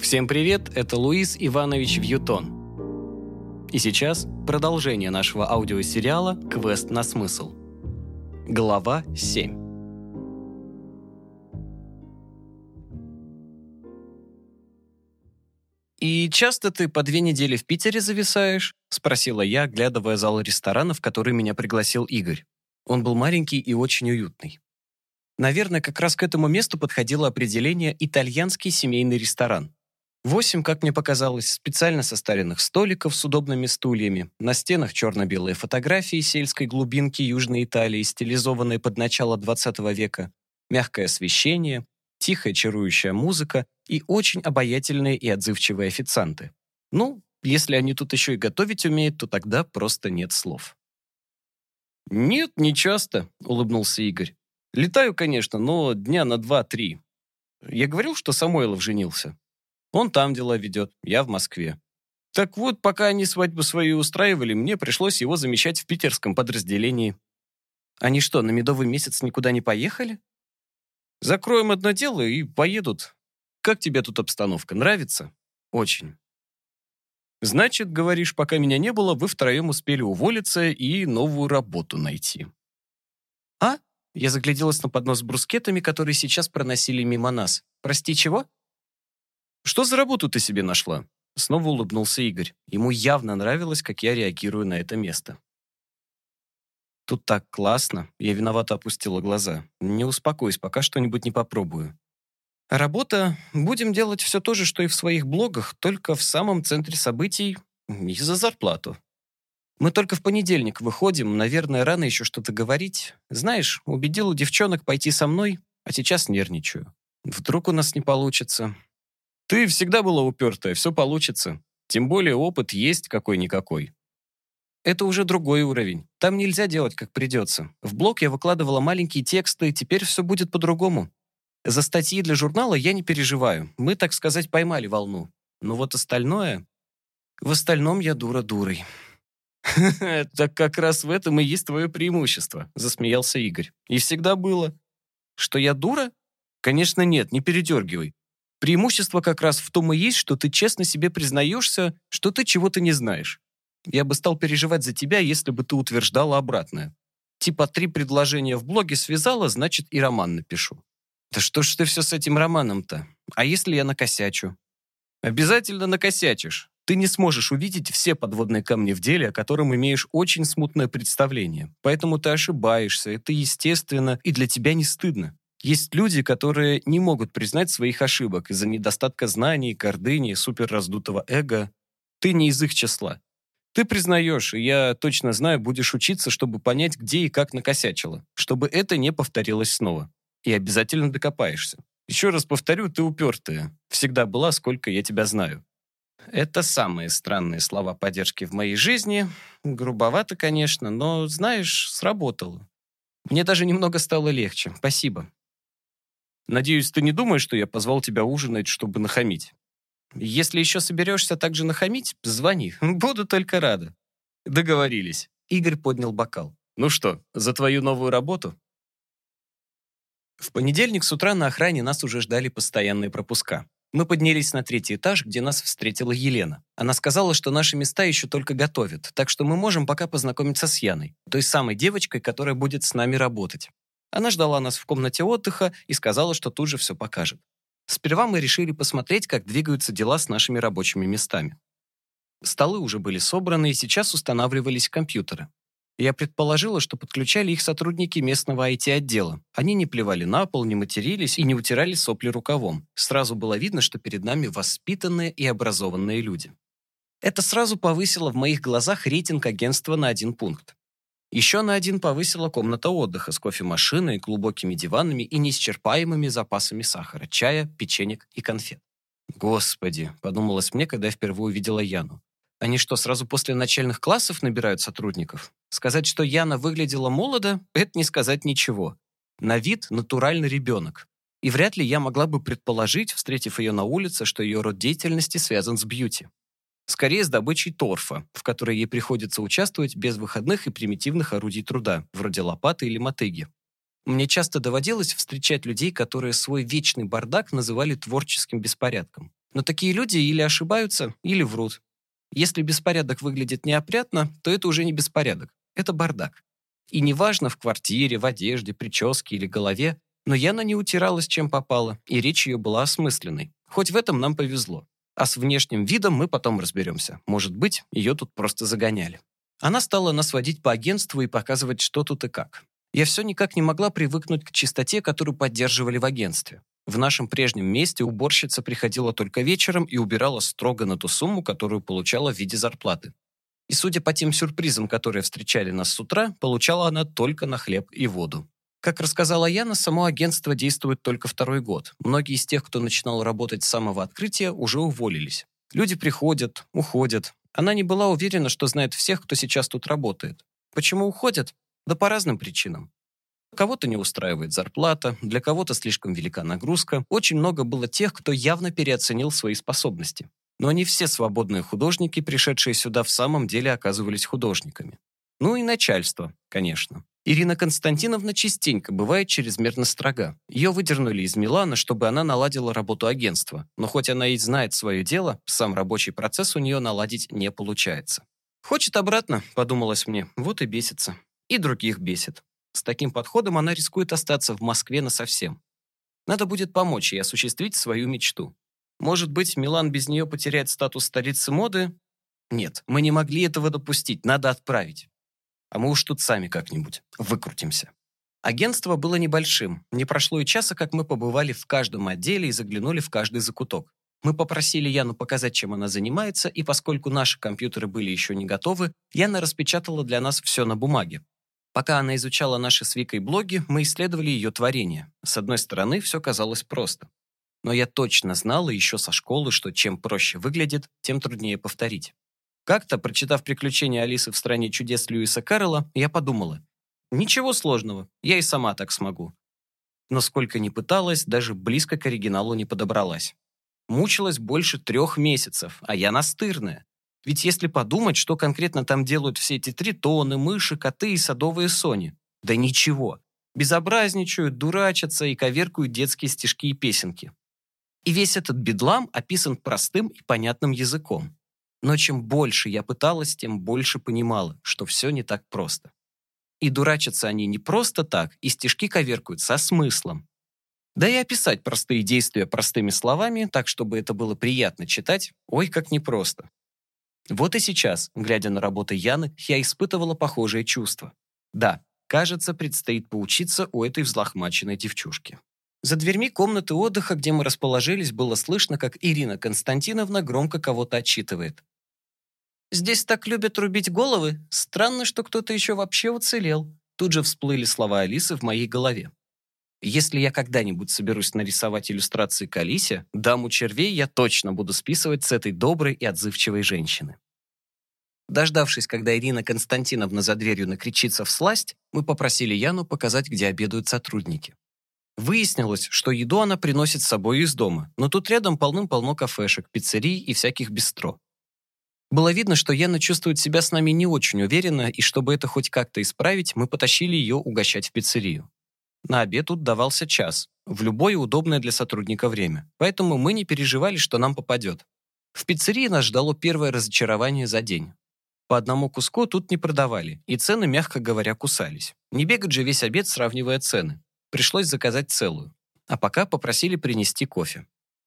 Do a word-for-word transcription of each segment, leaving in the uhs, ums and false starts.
Всем привет, это Луис Иванович Вьютон. И сейчас продолжение нашего аудиосериала «Квест на смысл». Глава семь. «И часто ты по две недели в Питере зависаешь?» — спросила я, оглядывая зал ресторана, в который меня пригласил Игорь. Он был маленький и очень уютный. Наверное, как раз к этому месту подходило определение «итальянский семейный ресторан». Восемь, как мне показалось, специально состаренных столиков с удобными стульями, на стенах черно-белые фотографии сельской глубинки Южной Италии, стилизованные под начало двадцатого века, мягкое освещение, тихая чарующая музыка и очень обаятельные и отзывчивые официанты. Ну, если они тут еще и готовить умеют, то тогда просто нет слов. «Нет, не часто», — улыбнулся Игорь. «Летаю, конечно, но дня на два-три. Я говорил, что Самойлов женился. Он там дела ведет, я в Москве. Так вот, пока они свадьбу свою устраивали, мне пришлось его замещать в питерском подразделении». «Они что, на медовый месяц никуда не поехали?» «Закроем одно дело и поедут. Как тебе тут обстановка? Нравится?» «Очень». «Значит, говоришь, пока меня не было, вы втроем успели уволиться и новую работу найти». «А?» Я загляделась на поднос с брускетами, которые сейчас проносили мимо нас. «Прости, чего?» «Что за работу ты себе нашла?» Снова улыбнулся Игорь. Ему явно нравилось, как я реагирую на это место. «Тут так классно!» Я виновато опустила глаза. «Не успокоюсь, пока что-нибудь не попробую». «Работа. Будем делать все то же, что и в своих блогах, только в самом центре событий и за зарплату. Мы только в понедельник выходим, наверное, рано еще что-то говорить. Знаешь, убедила девчонок пойти со мной, а сейчас нервничаю. Вдруг у нас не получится». «Ты всегда была упертая, все получится. Тем более опыт есть какой-никакой». «Это уже другой уровень. Там нельзя делать, как придется. В блог я выкладывала маленькие тексты, теперь все будет по-другому. За статьи для журнала я не переживаю. Мы, так сказать, поймали волну. Но вот остальное... В остальном я дура дурой». «Так как раз в этом и есть твое преимущество», — засмеялся Игорь. «И всегда было». «Что я дура? Конечно, нет, не передергивай. Преимущество как раз в том и есть, что ты честно себе признаешься, что ты чего-то не знаешь. Я бы стал переживать за тебя, если бы ты утверждала обратное. Типа три предложения в блоге связала, значит и роман напишу». «Да что ж ты все с этим романом-то? А если я накосячу?» «Обязательно накосячишь. Ты не сможешь увидеть все подводные камни в деле, о котором имеешь очень смутное представление. Поэтому ты ошибаешься, это естественно, и для тебя не стыдно. Есть люди, которые не могут признать своих ошибок из-за недостатка знаний, гордыни, суперраздутого эго. Ты не из их числа. Ты признаешь, и я точно знаю, будешь учиться, чтобы понять, где и как накосячила, чтобы это не повторилось снова. И обязательно докопаешься. Еще раз повторю, ты упертая. Всегда была, сколько я тебя знаю». Это самые странные слова поддержки в моей жизни. Грубовато, конечно, но, знаешь, сработало. Мне даже немного стало легче. Спасибо. «Надеюсь, ты не думаешь, что я позвал тебя ужинать, чтобы нахамить?» «Если еще соберешься так же нахамить, звони. Буду только рада». «Договорились». Игорь поднял бокал. «Ну что, за твою новую работу?» В понедельник с утра на охране нас уже ждали постоянные пропуска. Мы поднялись на третий этаж, где нас встретила Елена. Она сказала, что наши места еще только готовят, так что мы можем пока познакомиться с Яной, той самой девочкой, которая будет с нами работать. Она ждала нас в комнате отдыха и сказала, что тут же все покажет. Сперва мы решили посмотреть, как двигаются дела с нашими рабочими местами. Столы уже были собраны, и сейчас устанавливались компьютеры. Я предположила, что подключали их сотрудники местного ай ти-отдела. Они не плевали на пол, не матерились и не утирали сопли рукавом. Сразу было видно, что перед нами воспитанные и образованные люди. Это сразу повысило в моих глазах рейтинг агентства на один пункт. Еще на один повысила комната отдыха с кофемашиной, глубокими диванами и неисчерпаемыми запасами сахара, чая, печенек и конфет. «Господи», — подумалось мне, когда я впервые увидела Яну. «Они что, сразу после начальных классов набирают сотрудников? Сказать, что Яна выглядела молодо, это не сказать ничего. На вид натуральный ребенок. И вряд ли я могла бы предположить, встретив ее на улице, что ее род деятельности связан с бьюти. Скорее, с добычей торфа, в которой ей приходится участвовать без выходных и примитивных орудий труда, вроде лопаты или мотыги. Мне часто доводилось встречать людей, которые свой вечный бардак называли творческим беспорядком. Но такие люди или ошибаются, или врут. Если беспорядок выглядит неопрятно, то это уже не беспорядок, это бардак. И неважно, в квартире, в одежде, прическе или голове, но Яна не утиралась, чем попало, и речь ее была осмысленной. Хоть в этом нам повезло. А с внешним видом мы потом разберемся. Может быть, ее тут просто загоняли. Она стала нас водить по агентству и показывать, что тут и как. Я все никак не могла привыкнуть к чистоте, которую поддерживали в агентстве. В нашем прежнем месте уборщица приходила только вечером и убирала строго на ту сумму, которую получала в виде зарплаты. И судя по тем сюрпризам, которые встречали нас с утра, получала она только на хлеб и воду. Как рассказала Яна, само агентство действует только второй год. Многие из тех, кто начинал работать с самого открытия, уже уволились. Люди приходят, уходят. Она не была уверена, что знает всех, кто сейчас тут работает. Почему уходят? Да по разным причинам. Кого-то не устраивает зарплата, для кого-то слишком велика нагрузка. Очень много было тех, кто явно переоценил свои способности. Но не все свободные художники, пришедшие сюда, в самом деле оказывались художниками. Ну и начальство, конечно. Ирина Константиновна частенько бывает чрезмерно строга. Ее выдернули из Милана, чтобы она наладила работу агентства. Но хоть она и знает свое дело, сам рабочий процесс у нее наладить не получается. «Хочет обратно», — подумалось мне, — вот и бесится. И других бесит. С таким подходом она рискует остаться в Москве насовсем. Надо будет помочь ей осуществить свою мечту. Может быть, Милан без нее потеряет статус столицы моды? Нет, мы не могли этого допустить, надо отправить. А мы уж тут сами как-нибудь выкрутимся. Агентство было небольшим. Не прошло и часа, как мы побывали в каждом отделе и заглянули в каждый закуток. Мы попросили Яну показать, чем она занимается, и поскольку наши компьютеры были еще не готовы, Яна распечатала для нас все на бумаге. Пока она изучала наши с Викой блоги, мы исследовали ее творения. С одной стороны, все казалось просто. Но я точно знала еще со школы, что чем проще выглядит, тем труднее повторить. Как-то, прочитав «Приключения Алисы в стране чудес» Льюиса Кэрролла, я подумала, ничего сложного, я и сама так смогу. Но сколько ни пыталась, даже близко к оригиналу не подобралась. Мучилась больше трех месяцев, а я настырная. Ведь если подумать, что конкретно там делают все эти тритоны, мыши, коты и садовые сони. Да ничего. Безобразничают, дурачатся и коверкают детские стишки и песенки. И весь этот бедлам описан простым и понятным языком. Но чем больше я пыталась, тем больше понимала, что все не так просто. И дурачатся они не просто так, и стишки коверкуют со смыслом. Да и описать простые действия простыми словами, так, чтобы это было приятно читать, ой, как непросто. Вот и сейчас, глядя на работы Яны, я испытывала похожие чувства. Да, кажется, предстоит поучиться у этой взлохмаченной девчушки. За дверьми комнаты отдыха, где мы расположились, было слышно, как Ирина Константиновна громко кого-то отчитывает. «Здесь так любят рубить головы. Странно, что кто-то еще вообще уцелел». Тут же всплыли слова Алисы в моей голове. Если я когда-нибудь соберусь нарисовать иллюстрации к Алисе, даму червей я точно буду списывать с этой доброй и отзывчивой женщины. Дождавшись, когда Ирина Константиновна за дверью накричится всласть, мы попросили Яну показать, где обедают сотрудники. Выяснилось, что еду она приносит с собой из дома, но тут рядом полным-полно кафешек, пиццерий и всяких бистро. Было видно, что Яна чувствует себя с нами не очень уверенно, и чтобы это хоть как-то исправить, мы потащили ее угощать в пиццерию. На обед тут давался час, в любое удобное для сотрудника время, поэтому мы не переживали, что нам попадет. В пиццерии нас ждало первое разочарование за день. По одному куску тут не продавали, и цены, мягко говоря, кусались. Не бегать же весь обед, сравнивая цены. Пришлось заказать целую. А пока попросили принести кофе.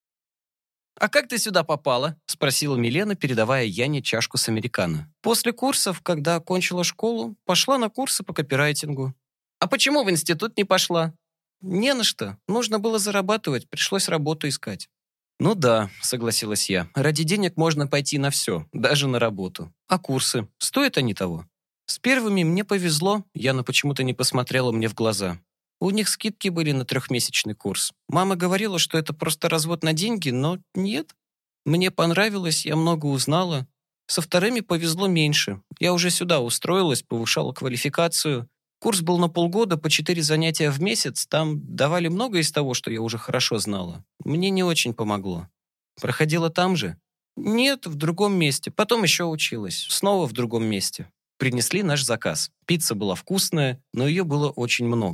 «А как ты сюда попала?» – спросила Милена, передавая Яне чашку с американо. «После курсов, когда окончила школу, пошла на курсы по копирайтингу». «А почему в институт не пошла?» «Не на что. Нужно было зарабатывать, пришлось работу искать». «Ну да», — согласилась я. «Ради денег можно пойти на все, даже на работу. А курсы? Стоят они того?» «С первыми мне повезло», — Яна почему-то не посмотрела мне в глаза. «У них скидки были на трехмесячный курс. Мама говорила, что это просто развод на деньги, но нет. Мне понравилось, я много узнала. Со вторыми повезло меньше. Я уже сюда устроилась, повышала квалификацию. Курс был на полгода, по четыре занятия в месяц. Там давали много из того, что я уже хорошо знала. Мне не очень помогло. Проходила там же? Нет, в другом месте. Потом еще училась. Снова в другом месте. Принесли наш заказ. Пицца была вкусная, но ее было очень много.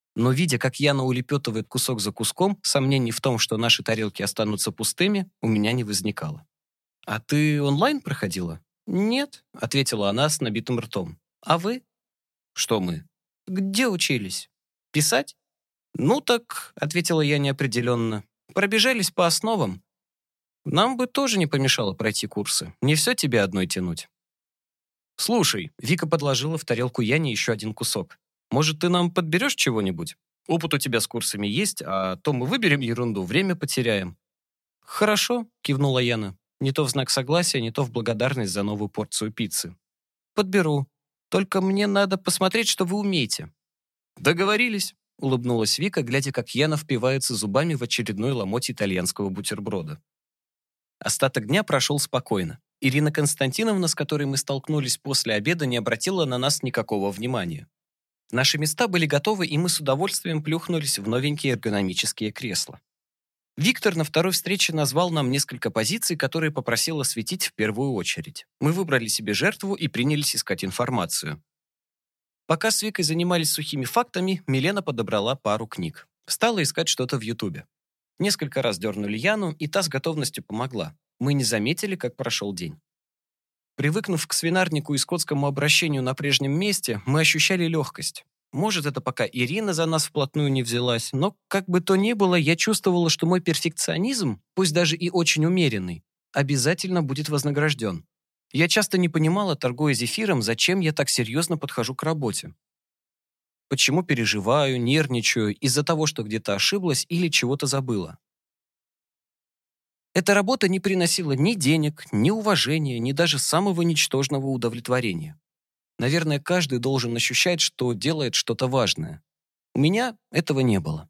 Но видя, как Яна улепетывает кусок за куском, сомнений в том, что наши тарелки останутся пустыми, у меня не возникало. «А ты онлайн проходила?» «Нет», — ответила она с набитым ртом. «А вы?» «Что мы?» «Где учились? Писать?» «Ну так», — ответила я неопределенно, — «пробежались по основам. Нам бы тоже не помешало пройти курсы. Не все тебе одной тянуть». «Слушай», — Вика подложила в тарелку Яне еще один кусок. «Может, ты нам подберешь чего-нибудь? Опыт у тебя с курсами есть, а то мы выберем ерунду, время потеряем». «Хорошо», — кивнула Яна. Не то в знак согласия, не то в благодарность за новую порцию пиццы. «Подберу. Только мне надо посмотреть, что вы умеете». «Договорились», — улыбнулась Вика, глядя, как Яна впивается зубами в очередной ломоть итальянского бутерброда. Остаток дня прошел спокойно. Ирина Константиновна, с которой мы столкнулись после обеда, не обратила на нас никакого внимания. Наши места были готовы, и мы с удовольствием плюхнулись в новенькие эргономические кресла. Виктор на второй встрече назвал нам несколько позиций, которые попросил осветить в первую очередь. Мы выбрали себе жертву и принялись искать информацию. Пока с Викой занимались сухими фактами, Милена подобрала пару книг. Стала искать что-то в Ютубе. Несколько раз дернули Яну, и та с готовностью помогла. Мы не заметили, как прошел день. Привыкнув к свинарнику и скотскому обращению на прежнем месте, мы ощущали легкость. Может, это пока Ирина за нас вплотную не взялась, но, как бы то ни было, я чувствовала, что мой перфекционизм, пусть даже и очень умеренный, обязательно будет вознагражден. Я часто не понимала, торгуя зефиром, зачем я так серьезно подхожу к работе. Почему переживаю, нервничаю из-за того, что где-то ошиблась или чего-то забыла. Эта работа не приносила ни денег, ни уважения, ни даже самого ничтожного удовлетворения. Наверное, каждый должен ощущать, что делает что-то важное. У меня этого не было.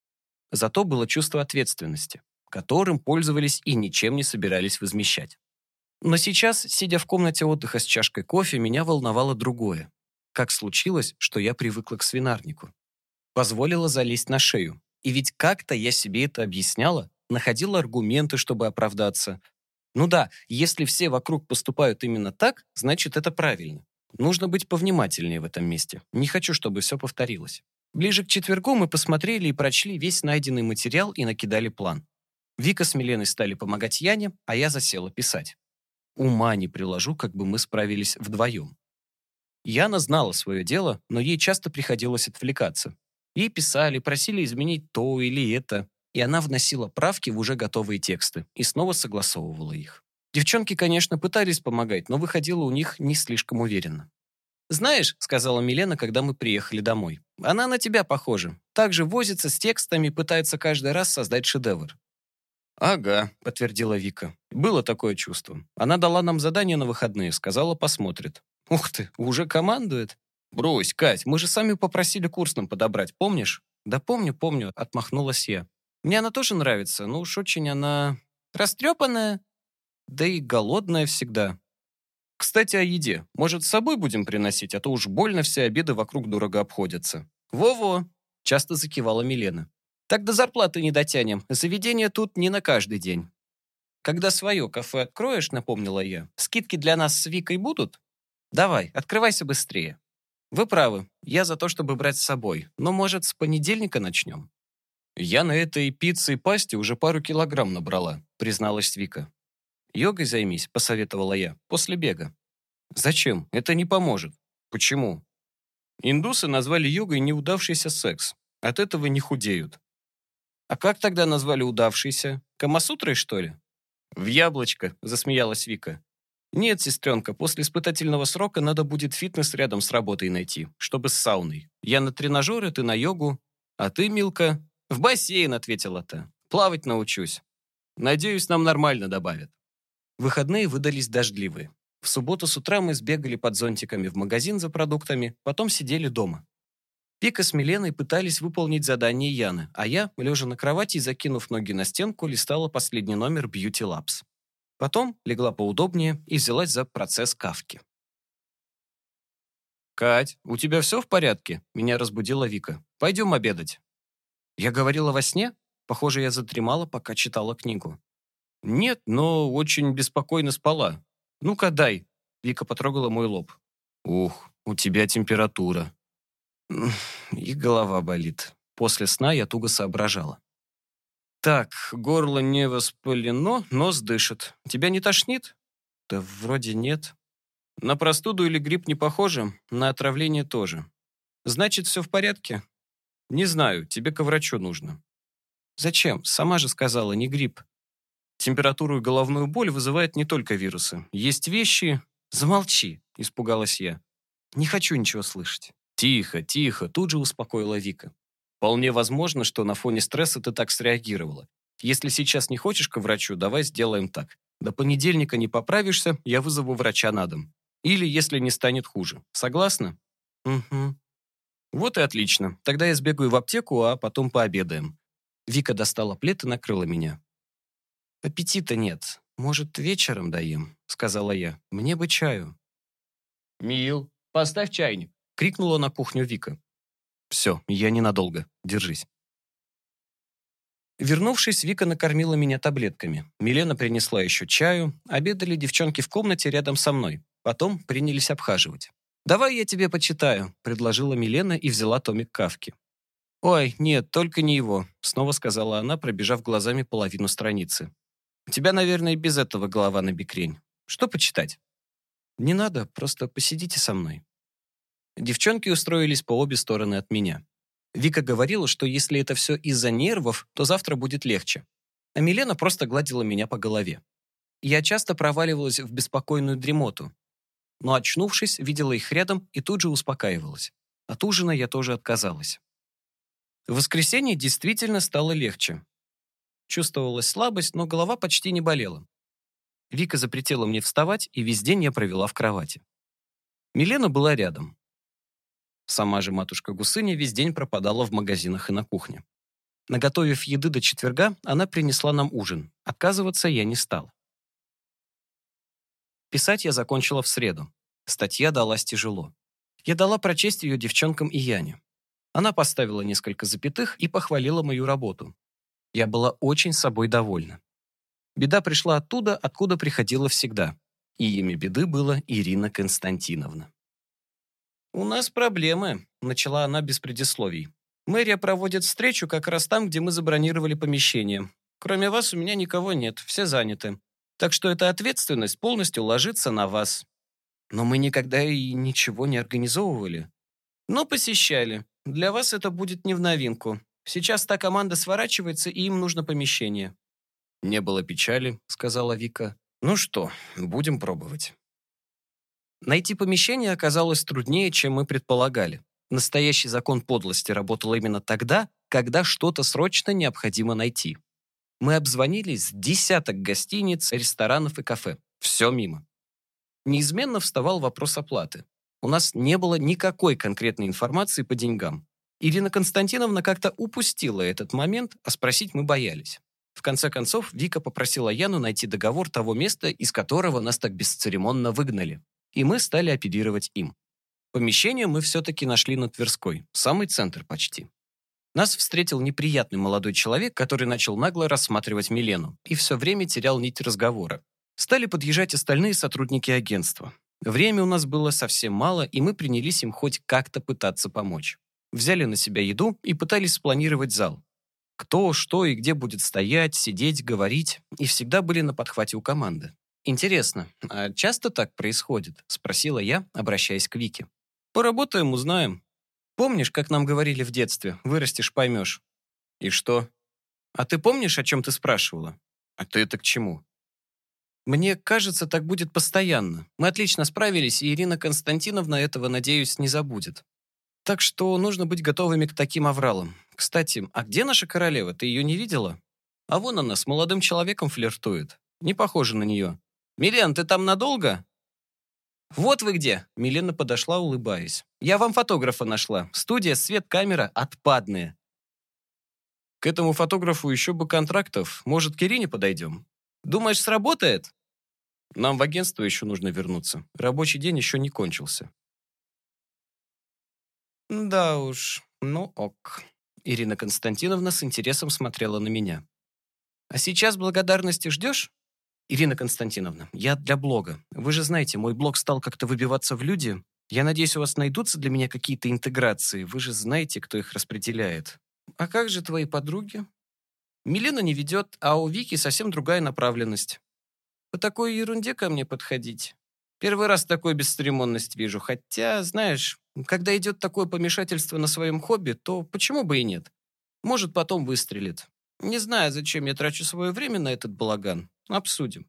Зато было чувство ответственности, которым пользовались и ничем не собирались возмещать. Но сейчас, сидя в комнате отдыха с чашкой кофе, меня волновало другое. Как случилось, что я привыкла к свинарнику? Позволила залезть на шею. И ведь как-то я себе это объясняла, находила аргументы, чтобы оправдаться. Ну да, если все вокруг поступают именно так, значит, это правильно. Нужно быть повнимательнее в этом месте. Не хочу, чтобы все повторилось. Ближе к четвергу мы посмотрели и прочли весь найденный материал и накидали план. Вика с Миленой стали помогать Яне, а я засела писать. Ума не приложу, как бы мы справились вдвоем. Яна знала свое дело, но ей часто приходилось отвлекаться. Ей писали, просили изменить то или это, и она вносила правки в уже готовые тексты и снова согласовывала их. Девчонки, конечно, пытались помогать, но выходило у них не слишком уверенно. «Знаешь», — сказала Милена, когда мы приехали домой, «она на тебя похожа. Также возится с текстами, пытается каждый раз создать шедевр». «Ага», — подтвердила Вика. «Было такое чувство. Она дала нам задание на выходные, сказала, посмотрит». «Ух ты, уже командует?» «Брось, Кать, мы же сами попросили курс нам подобрать, помнишь?» «Да помню, помню», — отмахнулась я. «Мне она тоже нравится, но уж очень она... растрепанная, да и голодная всегда». «Кстати, о еде. Может, с собой будем приносить, а то уж больно все обеды вокруг дорого обходятся». «Во-во», — часто закивала Милена. «Так до зарплаты не дотянем. Заведение тут не на каждый день». «Когда свое кафе откроешь, — напомнила я, — скидки для нас с Викой будут? Давай, открывайся быстрее». «Вы правы. Я за то, чтобы брать с собой. Но, может, с понедельника начнем?» «Я на этой пицце и пасте уже пару килограмм набрала», — призналась Вика. «Йогой займись», — посоветовала я, — «после бега». «Зачем? Это не поможет». «Почему?» «Индусы назвали йогой неудавшийся секс. От этого не худеют». «А как тогда назвали удавшийся? Камасутрой, что ли?» «В яблочко», — засмеялась Вика. «Нет, сестренка, после испытательного срока надо будет фитнес рядом с работой найти, чтобы с сауной. Я на тренажеры, ты на йогу. А ты, Милка?» «В бассейн», — ответила та. «Плавать научусь. Надеюсь, нам нормально добавят». Выходные выдались дождливые. В субботу с утра мы сбегали под зонтиками в магазин за продуктами, потом сидели дома. Вика с Миленой пытались выполнить задание Яны, а я, лежа на кровати и закинув ноги на стенку, листала последний номер Beauty Labs. Потом легла поудобнее и взялась за процесс Кафки. «Кать, у тебя все в порядке?» — меня разбудила Вика. «Пойдем обедать». Я говорила во сне? Похоже, я задремала, пока читала книгу. «Нет, но очень беспокойно спала. Ну-ка, дай». Вика потрогала мой лоб. «Ух, у тебя температура». М, И голова болит. После сна я туго соображала. Так, горло не воспалено, нос дышит. Тебя не тошнит? Да вроде нет. На простуду или грипп не похоже, на отравление тоже. Значит, все в порядке? Не знаю, тебе к врачу нужно. Зачем? Сама же сказала, не грипп. Температуру и головную боль вызывают не только вирусы. Есть вещи... Замолчи, испугалась я. Не хочу ничего слышать. Тихо, тихо, тут же успокоила Вика. Вполне возможно, что на фоне стресса ты так среагировала. Если сейчас не хочешь к врачу, давай сделаем так. До понедельника не поправишься, я вызову врача на дом. Или если не станет хуже. Согласна? Угу. Вот и отлично. Тогда я сбегаю в аптеку, а потом пообедаем. Вика достала плед и накрыла меня. Аппетита нет. Может, вечером доем, сказала я. Мне бы чаю. Мил, поставь чайник, крикнула на кухню Вика. Все, я ненадолго. Держись. Вернувшись, Вика накормила меня таблетками. Милена принесла еще чаю. Обедали девчонки в комнате рядом со мной. Потом принялись обхаживать. «Давай я тебе почитаю», — предложила Милена и взяла томик Кафки. «Ой, нет, только не его», — снова сказала она, пробежав глазами половину страницы. «У тебя, наверное, и без этого голова набекрень. Что почитать?» «Не надо, просто посидите со мной». Девчонки устроились по обе стороны от меня. Вика говорила, что если это все из-за нервов, то завтра будет легче. А Милена просто гладила меня по голове. Я часто проваливалась в беспокойную дремоту. Но, очнувшись, видела их рядом и тут же успокаивалась. От ужина я тоже отказалась. В воскресенье действительно стало легче. Чувствовалась слабость, но голова почти не болела. Вика запретила мне вставать, и весь день я провела в кровати. Милена была рядом. Сама же матушка Гусыня весь день пропадала в магазинах и на кухне. Наготовив еды до четверга, она принесла нам ужин. Отказываться я не стала. Писать я закончила в среду. Статья далась тяжело. Я дала прочесть ее девчонкам и Яне. Она поставила несколько запятых и похвалила мою работу. Я была очень собой довольна. Беда пришла оттуда, откуда приходила всегда. И имя беды было Ирина Константиновна. «У нас проблемы», — начала она без предисловий. «Мэрия проводит встречу как раз там, где мы забронировали помещение. Кроме вас у меня никого нет, все заняты. Так что эта ответственность полностью ложится на вас». «Но мы никогда и ничего не организовывали». «Но посещали. Для вас это будет не в новинку. Сейчас та команда сворачивается, и им нужно помещение». «Не было печали», — сказала Вика. «Ну что, будем пробовать». Найти помещение оказалось труднее, чем мы предполагали. Настоящий закон подлости работал именно тогда, когда что-то срочно необходимо найти. Мы обзвонились десяток гостиниц, ресторанов и кафе. Все мимо. Неизменно вставал вопрос оплаты. У нас не было никакой конкретной информации по деньгам. Ирина Константиновна как-то упустила этот момент, а спросить мы боялись. В конце концов, Вика попросила Яну найти договор того места, из которого нас так бесцеремонно выгнали. И мы стали оперировать им. Помещение мы все-таки нашли на Тверской, самый центр почти. Нас встретил неприятный молодой человек, который начал нагло рассматривать Милену и все время терял нить разговора. Стали подъезжать остальные сотрудники агентства. Время у нас было совсем мало, и мы принялись им хоть как-то пытаться помочь. Взяли на себя еду и пытались спланировать зал. Кто, что и где будет стоять, сидеть, говорить, и всегда были на подхвате у команды. «Интересно, а часто так происходит?» – спросила я, обращаясь к Вике. «Поработаем, узнаем. Помнишь, как нам говорили в детстве? Вырастешь, поймешь». «И что?» «А ты помнишь, о чем ты спрашивала?» «А ты это к чему?» «Мне кажется, так будет постоянно. Мы отлично справились, и Ирина Константиновна этого, надеюсь, не забудет. Так что нужно быть готовыми к таким авралам. Кстати, а где наша королева? Ты ее не видела? А вон она с молодым человеком флиртует. Не похоже на нее. Милен, ты там надолго?» «Вот вы где!» Милена подошла, улыбаясь. «Я вам фотографа нашла. Студия, свет, камера отпадные». «К этому фотографу еще бы контрактов. Может, к Ирине подойдем?» «Думаешь, сработает?» «Нам в агентство еще нужно вернуться. Рабочий день еще не кончился». «Да уж, ну ок». Ирина Константиновна с интересом смотрела на меня. «А сейчас благодарности ждешь?» «Ирина Константиновна, я для блога. Вы же знаете, мой блог стал как-то выбиваться в люди. Я надеюсь, у вас найдутся для меня какие-то интеграции. Вы же знаете, кто их распределяет. А как же твои подруги? Милена не ведет, а у Вики совсем другая направленность. По такой ерунде ко мне подходить. Первый раз такую бесцеремонность вижу. Хотя, знаешь, когда идет такое помешательство на своем хобби, то почему бы и нет? Может, потом выстрелит. Не знаю, зачем я трачу свое время на этот балаган. Обсудим.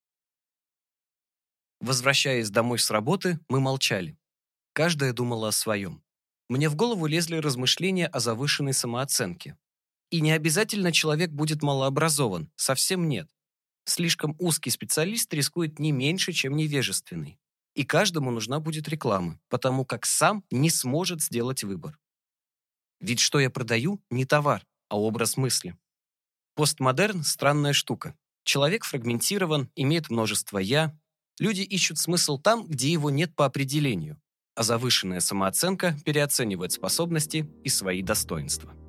Возвращаясь домой с работы, мы молчали. Каждая думала о своем. Мне в голову лезли размышления о завышенной самооценке. И не обязательно человек будет малообразован, совсем нет. Слишком узкий специалист рискует не меньше, чем невежественный. И каждому нужна будет реклама, потому как сам не сможет сделать выбор. Ведь что я продаю, не товар, а образ мысли. Постмодерн – странная штука. Человек фрагментирован, имеет множество «я». Люди ищут смысл там, где его нет по определению, а завышенная самооценка переоценивает способности и свои достоинства.